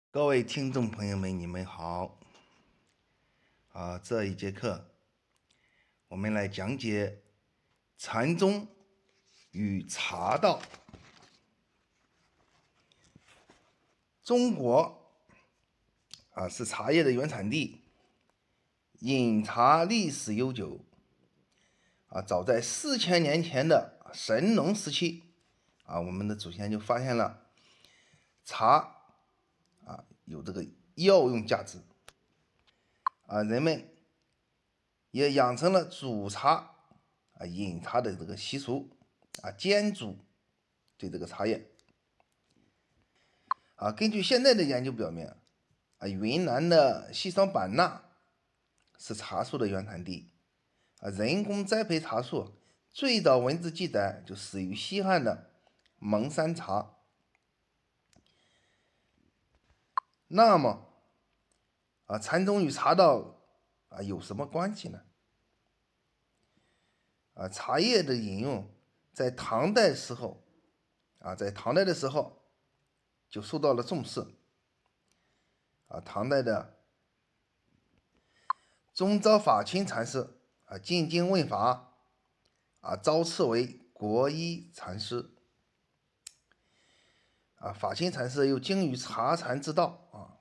各位听众朋友们，你们好。这一节课我们来讲解禅宗与茶道。中国是茶叶的原产地，饮茶历史悠久。早在4000年前的神农时期，我们的祖先就发现了茶有这个药用价值。人们也养成了煮茶饮茶的这个习俗煎煮对这个茶叶根据现在的研究表明云南的西双版纳是茶树的原产地人工栽培茶树最早文字记载就始于西汉的蒙山茶。那么禅宗与茶道有什么关系呢？茶叶的饮用在唐代的时候就受到了重视。唐代的宗昭法钦禅师进京问法遭赐为国医禅师。法钦禅师又精于茶禅之道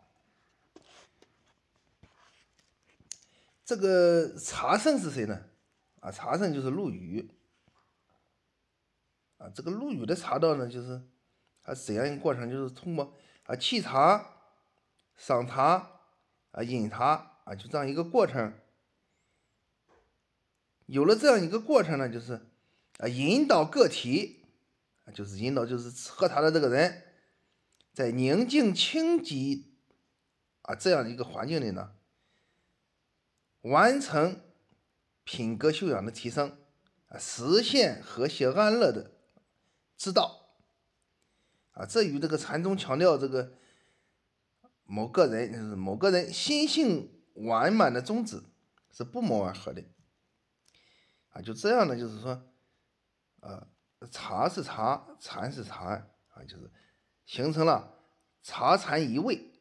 这个茶圣是谁呢？茶圣就是陆羽。这个陆羽的茶道呢，就是怎样一个过程？就是通过沏茶、赏茶、饮茶就这样一个过程。有了这样一个过程呢，就是引导个体，就是喝茶的这个人，在宁静清寂这样一个环境里呢，完成品格修养的提升，实现和谐安乐的之道这与这个禅宗强调这个某个人心性完满的宗旨是不谋而合的就这样呢，就是说茶是茶，禅是禅就是形成了茶禅一味。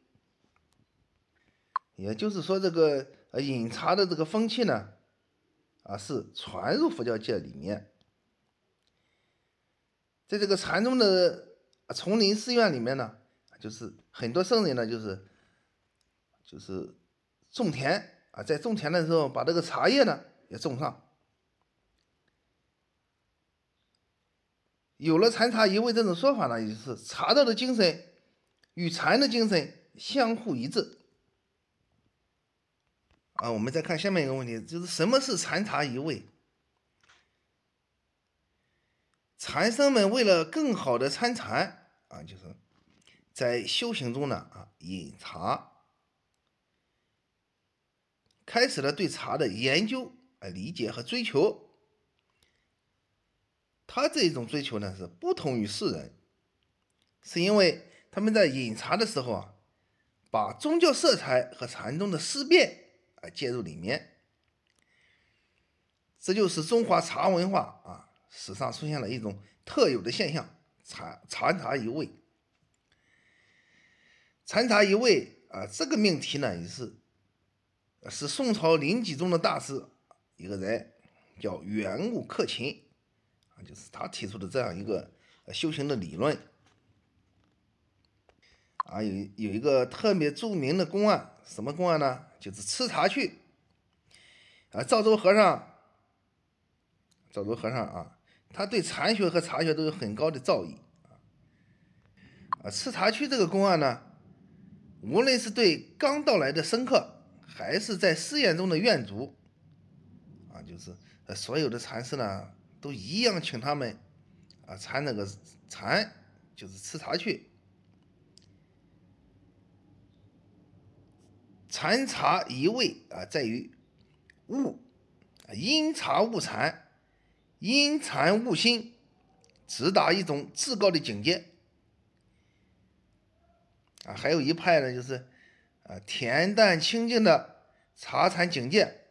也就是说，这个饮茶的这个风气呢是传入佛教界里面。在这个禅宗的丛林寺院里面呢，就是很多僧人呢，就是种田在种田的时候把这个茶叶呢也种上。有了禅茶一味这种说法呢，也就是茶道的精神与禅的精神相互一致我们再看下面一个问题，就是什么是禅茶一味？禅僧们为了更好的参禅就是在修行中呢饮茶，开始了对茶的研究理解和追求。他这种追求呢是不同于世人，是因为他们在饮茶的时候把宗教色彩和禅宗的思辨介入里面。这就是中华茶文化史上出现了一种特有的现象，禅茶一味。禅茶一味这个命题呢，也是宋朝临济宗的大师一个人叫圆悟克勤就是他提出的这样一个修行的理论有一个特别著名的公案，什么公案呢？就是吃茶去赵州和尚他对禅学和茶学都有很高的造诣吃茶去这个公案呢，无论是对刚到来的僧客，还是在寺院中的院主就是所有的禅师呢，都一样请他们禅那个禅，就是吃茶去。禅茶一味在于悟，因茶悟禅，因禅悟心，直达一种至高的境界还有一派呢，就是恬淡清净的茶禅境界，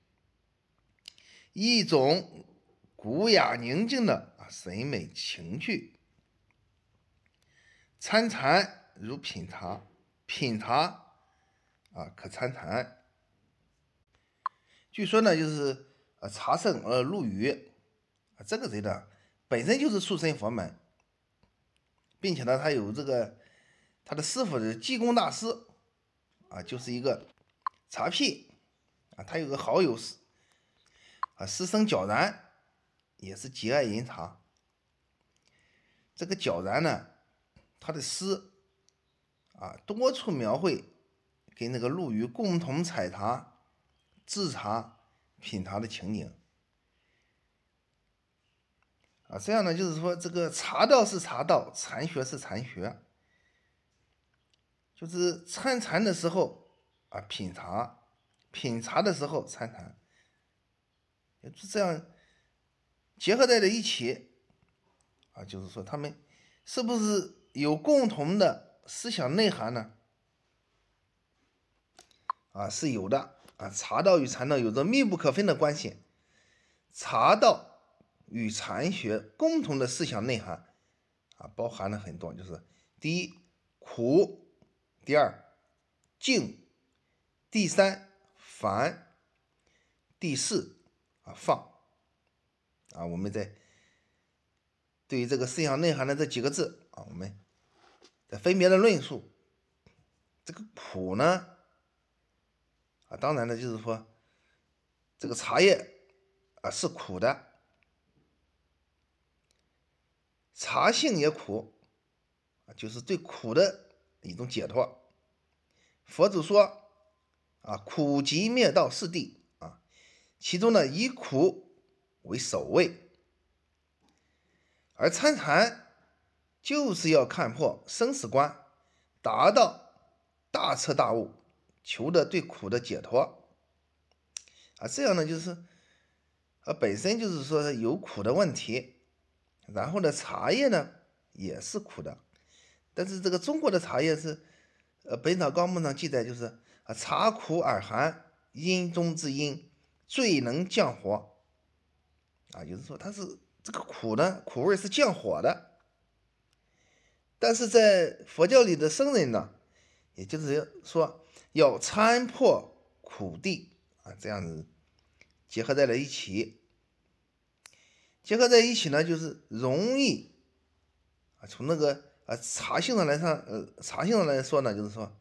一种古雅宁静的审美情趣。参禅如品茶品茶可参禅。据说呢，就是茶圣陆羽这个人呢，本身就是出身佛门，并且呢，他有他的师傅是济公大师就是一个茶辟他有个好友师生皎然也是极爱饮茶。这个皎然呢，他的诗多处描绘跟那个陆羽共同采茶、制茶、品茶的情景这样呢，就是说这个茶道是茶道，禅学是禅学，就是参禅的时候品茶，品茶的时候参禅，就这样结合在了一起就是说他们是不是有共同的思想内涵呢？是有的茶道与禅道有着密不可分的关系。茶道与禅学共同的思想内涵包含了很多，就是第一苦，第二静，第三烦，第四放我们对于这个思想内涵的这几个字我们再分别的论述。这个苦呢当然呢，就是说这个茶叶是苦的，茶性也苦就是对苦的一种解脱。佛祖说苦集灭道四谛其中呢以苦为首位，而参禅就是要看破生死观，达到大彻大悟，求得对苦的解脱这样呢就是本身就是说有苦的问题，然后呢茶叶呢也是苦的，但是这个中国的茶叶是本草纲目上记载就是茶苦而寒，阴中之阴，最能降火就是说它是这个苦呢，苦味是降火的。但是在佛教里的僧人呢，也就是说要参破苦谛这样子结合在了一起。结合在一起呢，就是容易从那个茶性上来说呢，就是说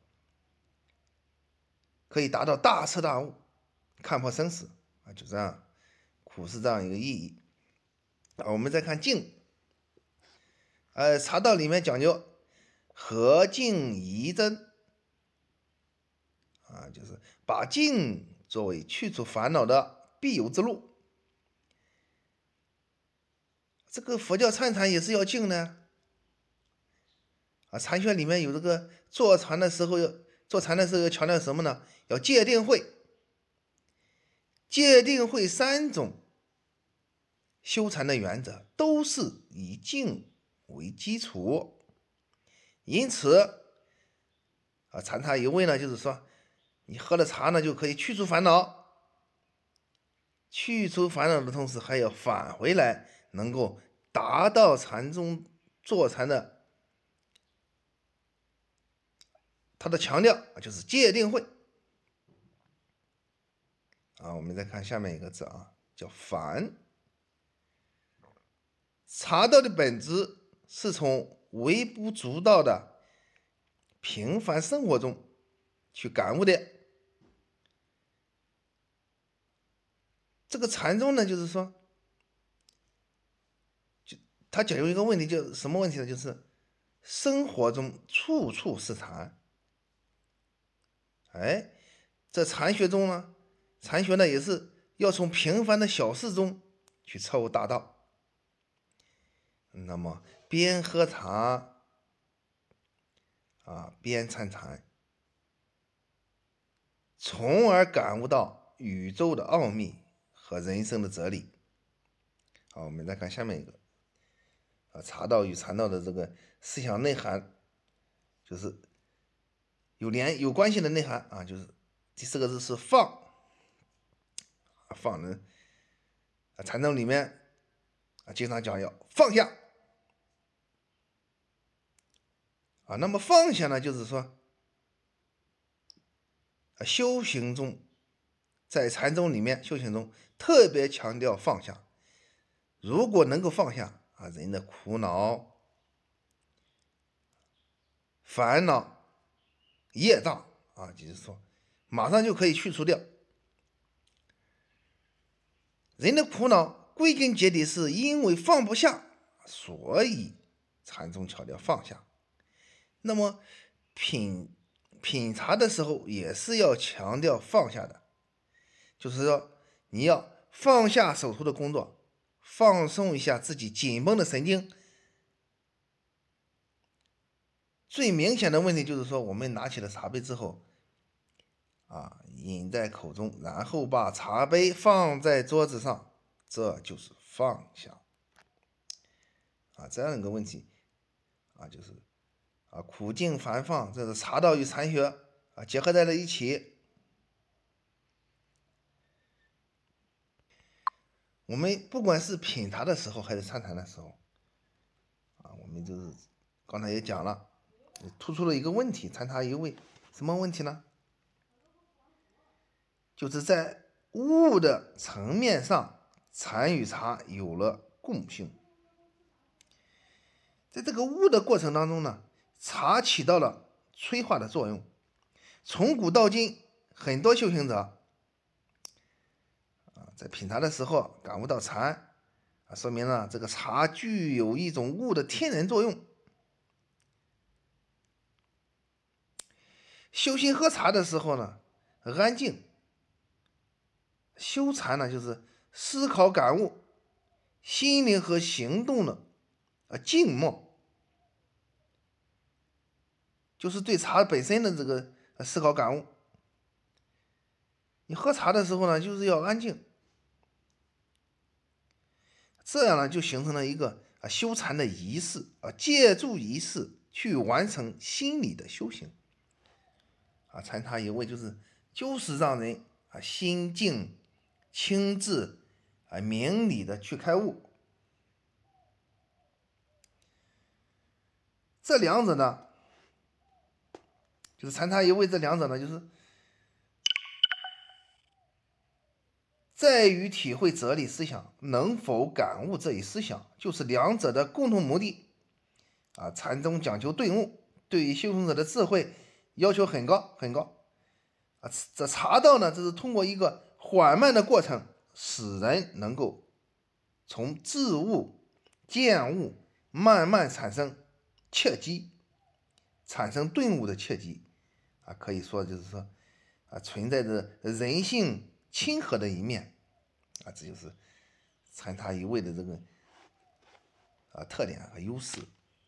可以达到大彻大悟，看破生死就这样，苦是这样一个意义我们再看静茶道里面讲究和静宜真就是把静作为去除烦恼的必由之路。这个佛教参禅也是要静的禅学里面有这个坐禅的时候要强调什么呢？要戒定慧。戒定慧三种修禅的原则都是以静为基础，因此禅茶一味呢，就是说你喝了茶呢就可以去除烦恼，去除烦恼的同时还要返回来能够达到禅中坐禅的它的强调就是戒定慧我们再看下面一个字叫烦。茶道的本质是从微不足道的平凡生活中去感悟的。这个禅宗呢，就是说他讲究一个问题，就是什么问题呢？就是生活中处处是禅。这禅学中呢，禅学呢也是要从平凡的小事中去彻悟大道。那么边喝茶边参禅，从而感悟到宇宙的奥秘和人生的哲理。好，我们再看下面一个茶道与禅道的这个思想内涵，就是有关系的内涵就是第四个字是放放呢禅宗里面经常讲要放下那么放下呢，就是说修行中，在禅宗里面修行中特别强调放下。如果能够放下人的苦恼、烦恼、业障就是说马上就可以去除掉。人的苦恼归根结底是因为放不下，所以禅宗强调放下。那么品茶的时候也是要强调放下的，就是说你要放下手头的工作，放松一下自己紧绷的神经。最明显的问题就是说，我们拿起了茶杯之后饮在口中，然后把茶杯放在桌子上，这就是放下这样一个问题就是苦尽繁放，这是茶道与禅学结合在了一起。我们不管是品茶的时候还是参禅的时候我们就是刚才也讲了，突出了一个问题，参茶一味，什么问题呢？就是在悟的层面上，禅与茶有了共性。在这个悟的过程当中呢，茶起到了催化的作用。从古到今，很多修行者在品茶的时候感悟到禅说明了这个茶具有一种悟的天然作用。修行喝茶的时候呢，安静；修禅呢，就是思考感悟，心灵和行动呢静默，就是对茶本身的这个思考感悟。你喝茶的时候呢，就是要安静，这样呢就形成了一个修禅的仪式借助仪式去完成心理的修行禅茶一味就是让人心静清智明理的去开悟。这两者呢，就是禅茶一味，这两者呢，就是在于体会哲理思想能否感悟这一思想，就是两者的共同目的禅宗讲究顿悟，对于修行者的智慧要求很高很高这茶道呢，这是通过一个缓慢的过程，使人能够从自悟见悟慢慢产生切机，产生顿悟的切机可以说就是说存在着人性亲和的一面这就是禅茶一味的这个特点和优势。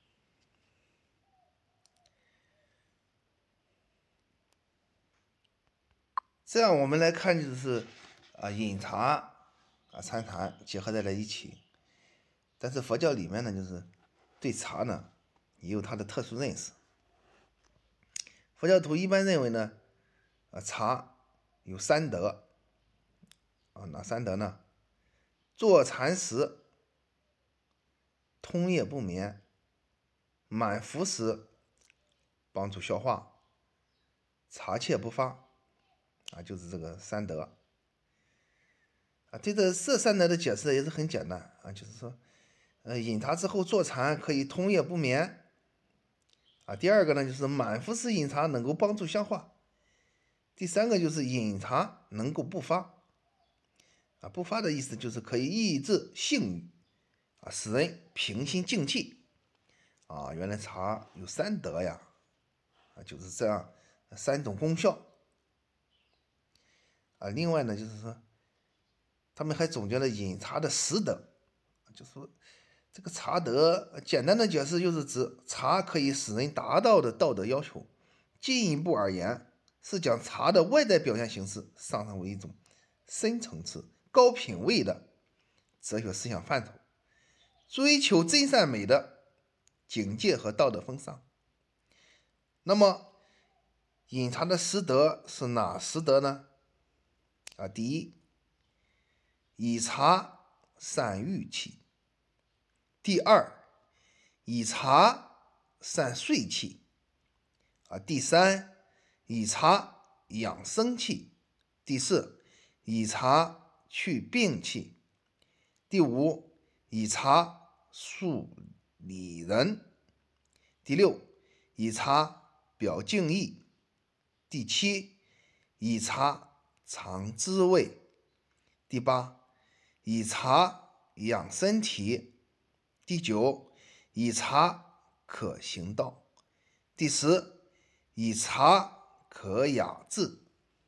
这样我们来看，就是饮茶参禅结合在了一起。但是佛教里面呢，就是对茶呢也有它的特殊认识。佛教徒一般认为呢茶有三德哪三德呢？坐禅时通夜不眠，满腹时帮助消化，茶切不发就是这个三德对这三德的解释也是很简单就是说饮茶之后坐禅可以通夜不眠第二个呢就是满腹时饮茶能够帮助消化，第三个就是饮茶能够不发不发的意思就是可以抑制性欲使人平心静气原来茶有三德呀就是这样三种功效另外呢就是说他们还总结了饮茶的十德，就是说这个茶德简单的解释就是指茶可以使人达到的道德要求，进一步而言是将茶的外在表现形式上升为一种深层次高品位的哲学思想范畴，追求真善美的境界和道德风尚。那么饮茶的十德是哪十德呢第一，以茶散郁气；第二，以茶散睡气；第三，以茶养生气。第四，以茶去病气。第五，以茶树理人。第六，以茶表敬意。第七，以茶尝滋味。第八，以茶养身体。第九，以茶可行道。第十，以茶可雅致。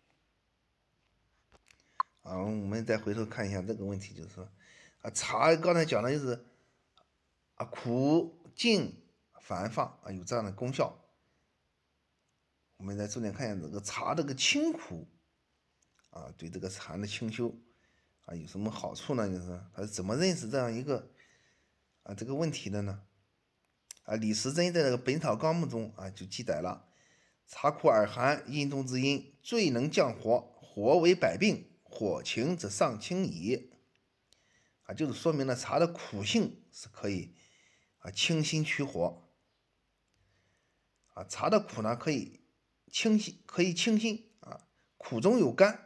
我们再回头看一下这个问题，就是说茶刚才讲的就是苦净烦放有这样的功效。我们再重点看一下这个茶这个清苦对这个禅的清修有什么好处呢？就是他是怎么认识这样一个这个问题的呢？李时珍在这个《本草纲目》中就记载了：茶苦而寒，阴中之阴，最能降火，火为百病，火情则上清矣。就是说明了茶的苦性是可以清心驱火。茶的苦呢可以清心苦中有甘。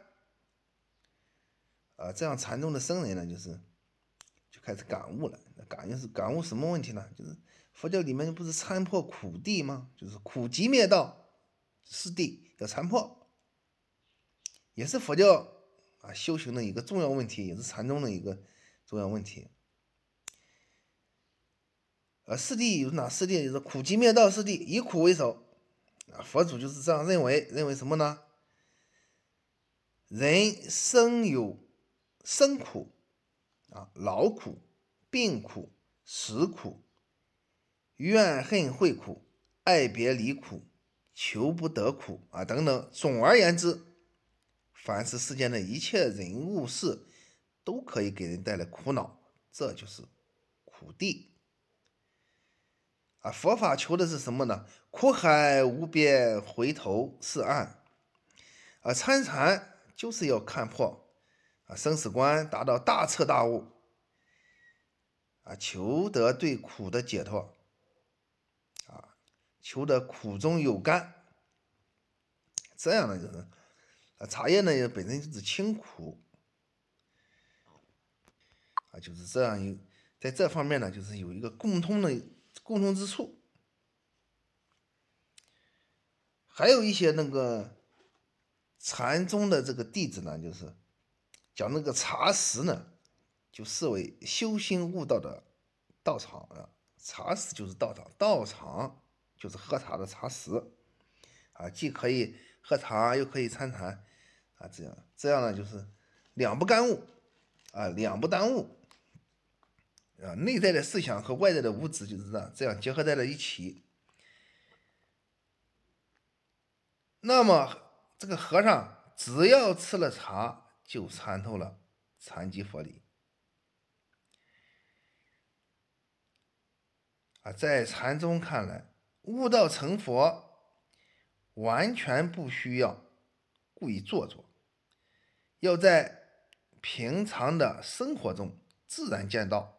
这样禅宗的僧人呢就开始感悟了。感悟什么问题呢？就是佛教里面不是参破苦地吗？就是苦集灭道是地要参破，也是佛教修行的一个重要问题，也是禅宗的一个重要问题。四谛有哪四谛？就是苦集灭道四谛，以苦为首。佛祖就是这样认为什么呢？人生有生苦劳苦、病苦、死苦、怨恨会苦、爱别离苦、求不得苦等等。总而言之，凡是世间的一切人物事都可以给人带来苦恼，这就是苦地。佛法求的是什么呢？苦海无边，回头是岸。参禅就是要看破生死观，达到大彻大悟求得对苦的解脱求得苦中有甘。这样呢就是茶叶呢本身就是清苦就是这样在这方面呢就是有一个共通之处。还有一些那个禅宗的这个弟子呢，就是讲那个茶室呢就视为修心悟道的道场茶室就是道场，道场就是喝茶的茶室既可以喝茶又可以参禅这样呢就是两不耽误两不耽误内在的思想和外在的物质就是这样结合在了一起。那么这个和尚只要吃了茶就参透了禅机佛理在禅宗看来，悟道成佛完全不需要故意做作，要在平常的生活中自然见到。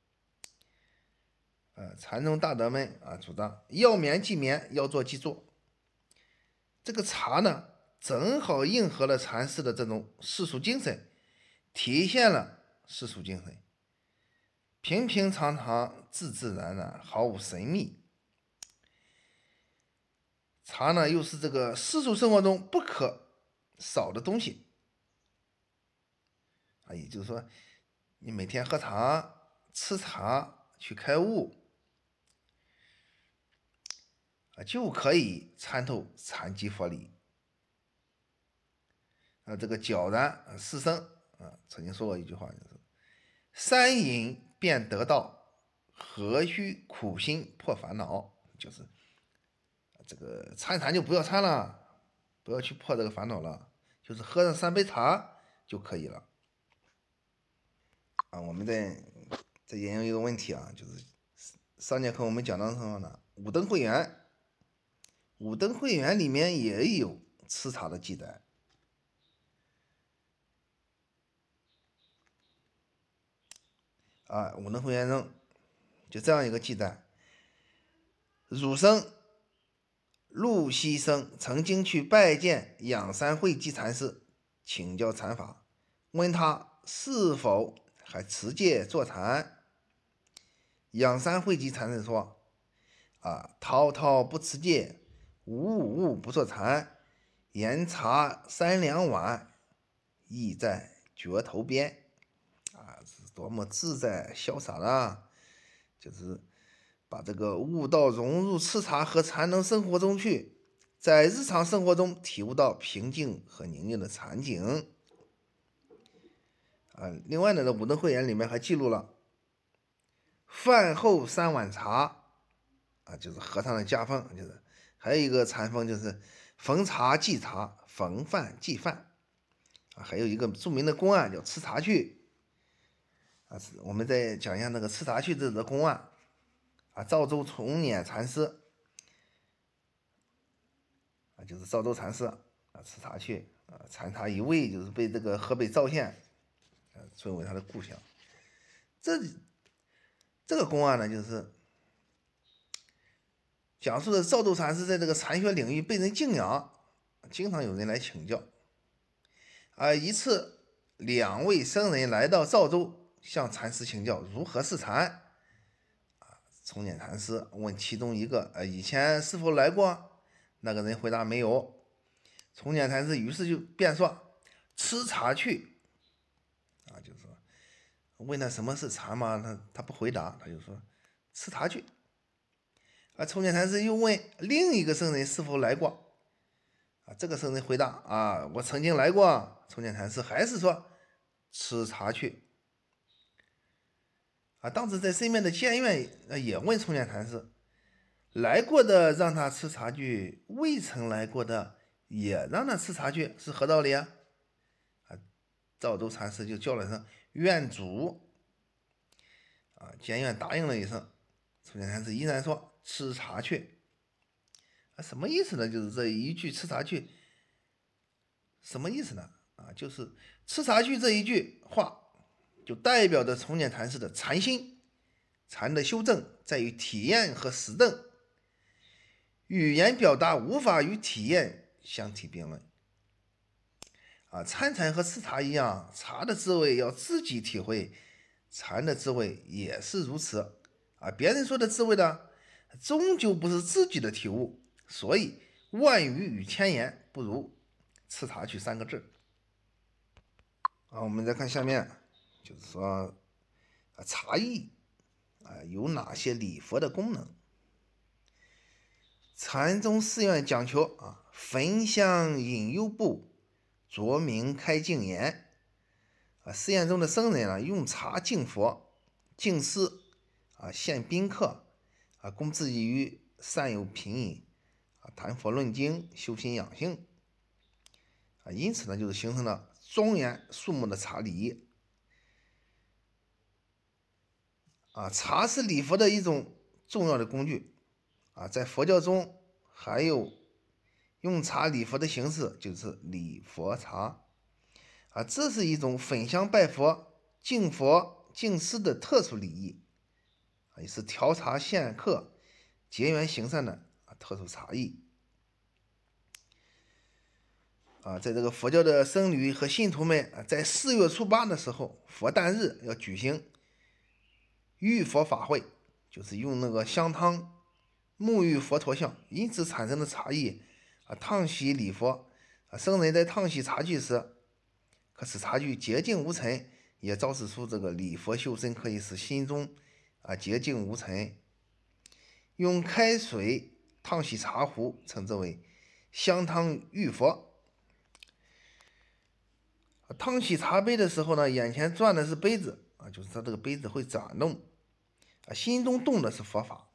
禅宗大德们主张要眠即眠，要做即做。这个茶呢正好应和了禅师的这种世俗精神，体现了世俗精神，平平常常自自然然，毫无神秘。茶呢又是这个世俗生活中不可少的东西也就是说你每天喝茶吃茶去开悟就可以参透禅机佛理这个皎然师生曾经说过一句话，就是三饮便得道，何须苦心破烦恼。就是这个参禅就不要参了，不要去破这个烦恼了，就是喝上3杯茶就可以了我们再研究一个问题就是上节课我们讲到什么呢？五灯会员，五灯会员里面也有吃茶的记载五灯会员中就这样一个记载：儒生陆西僧曾经去拜见仰山慧寂禅师，请教禅法，问他是否还持戒坐禅。仰山慧寂禅师说：“滔滔不持戒，无物不坐禅，言茶3两碗，意在决头边。”是多么自在潇洒的，就是把这个悟道融入吃茶和禅能生活中去，在日常生活中体悟到平静和宁静的场景。另外呢，这《五灯会言》里面还记录了饭后3碗茶，就是和尚的家风，就是还有一个禅风就是逢茶即茶，逢饭即饭。还有一个著名的公案叫吃茶去。我们再讲一下那个吃茶去这个公案。赵州崇佞禅师，就是赵州禅师吃茶去，禅茶一味，就是被这个河北赵县尊为他的故乡。这个公案呢，就是讲述的赵州禅师在这个禅学领域被人敬仰，经常有人来请教。一次2位僧人来到赵州，向禅师请教如何是禅。崇佞禅师问其中一个：“以前是否来过？”那个人回答：“没有。”崇佞禅师于是就便说：“吃茶去。”就是说问他什么是禅嘛，他不回答，他就说吃茶去。崇佞禅师又问另一个僧人是否来过。这个僧人回答：“我曾经来过。”崇佞禅师还是说吃茶去。当时在身边的监院也问崇佞禅师：“来过的让他吃茶具，未曾来过的也让他吃茶具，是何道理啊？”赵州禅师就叫了声“院主”。监院答应了一声。崇佞禅师依然说吃茶去。什么意思呢？就是这一句吃茶去什么意思呢？就是吃茶去这一句话就代表着崇佞禅师的禅心。禅的修正在于体验和实证，语言表达无法与体验相提并论。参禅和吃茶一样，茶的滋味要自己体会，禅的滋味也是如此。别人说的滋味呢，终究不是自己的体悟，所以万语与千言不如吃茶去3个字。我们再看下面，就是说茶艺有哪些礼佛的功能？禅宗寺院讲求焚香引幽步，着名开净言。寺院中的僧人用茶敬佛、敬师献宾客供自己于善友品饮谈佛论经，修心养性因此呢，就是形成了庄严肃穆的茶礼。茶是礼佛的一种重要的工具在佛教中还有用茶礼佛的形式，就是礼佛茶这是一种焚香拜佛、敬佛、敬师的特殊礼仪也是调茶献客、结缘行善的特殊茶艺在这个佛教的僧侣和信徒们在4月初8的时候，佛诞日要举行浴佛法会，就是用那个香汤沐浴佛陀像，因此产生的茶艺烫洗礼佛僧人在烫洗茶具时，可使茶具洁净无尘，也昭示出这个礼佛修身可以使心中洁净无尘。用开水烫洗茶壶，称之为香汤浴佛。烫洗茶杯的时候呢，眼前转的是杯子就是它这个杯子会转动心中动的是佛法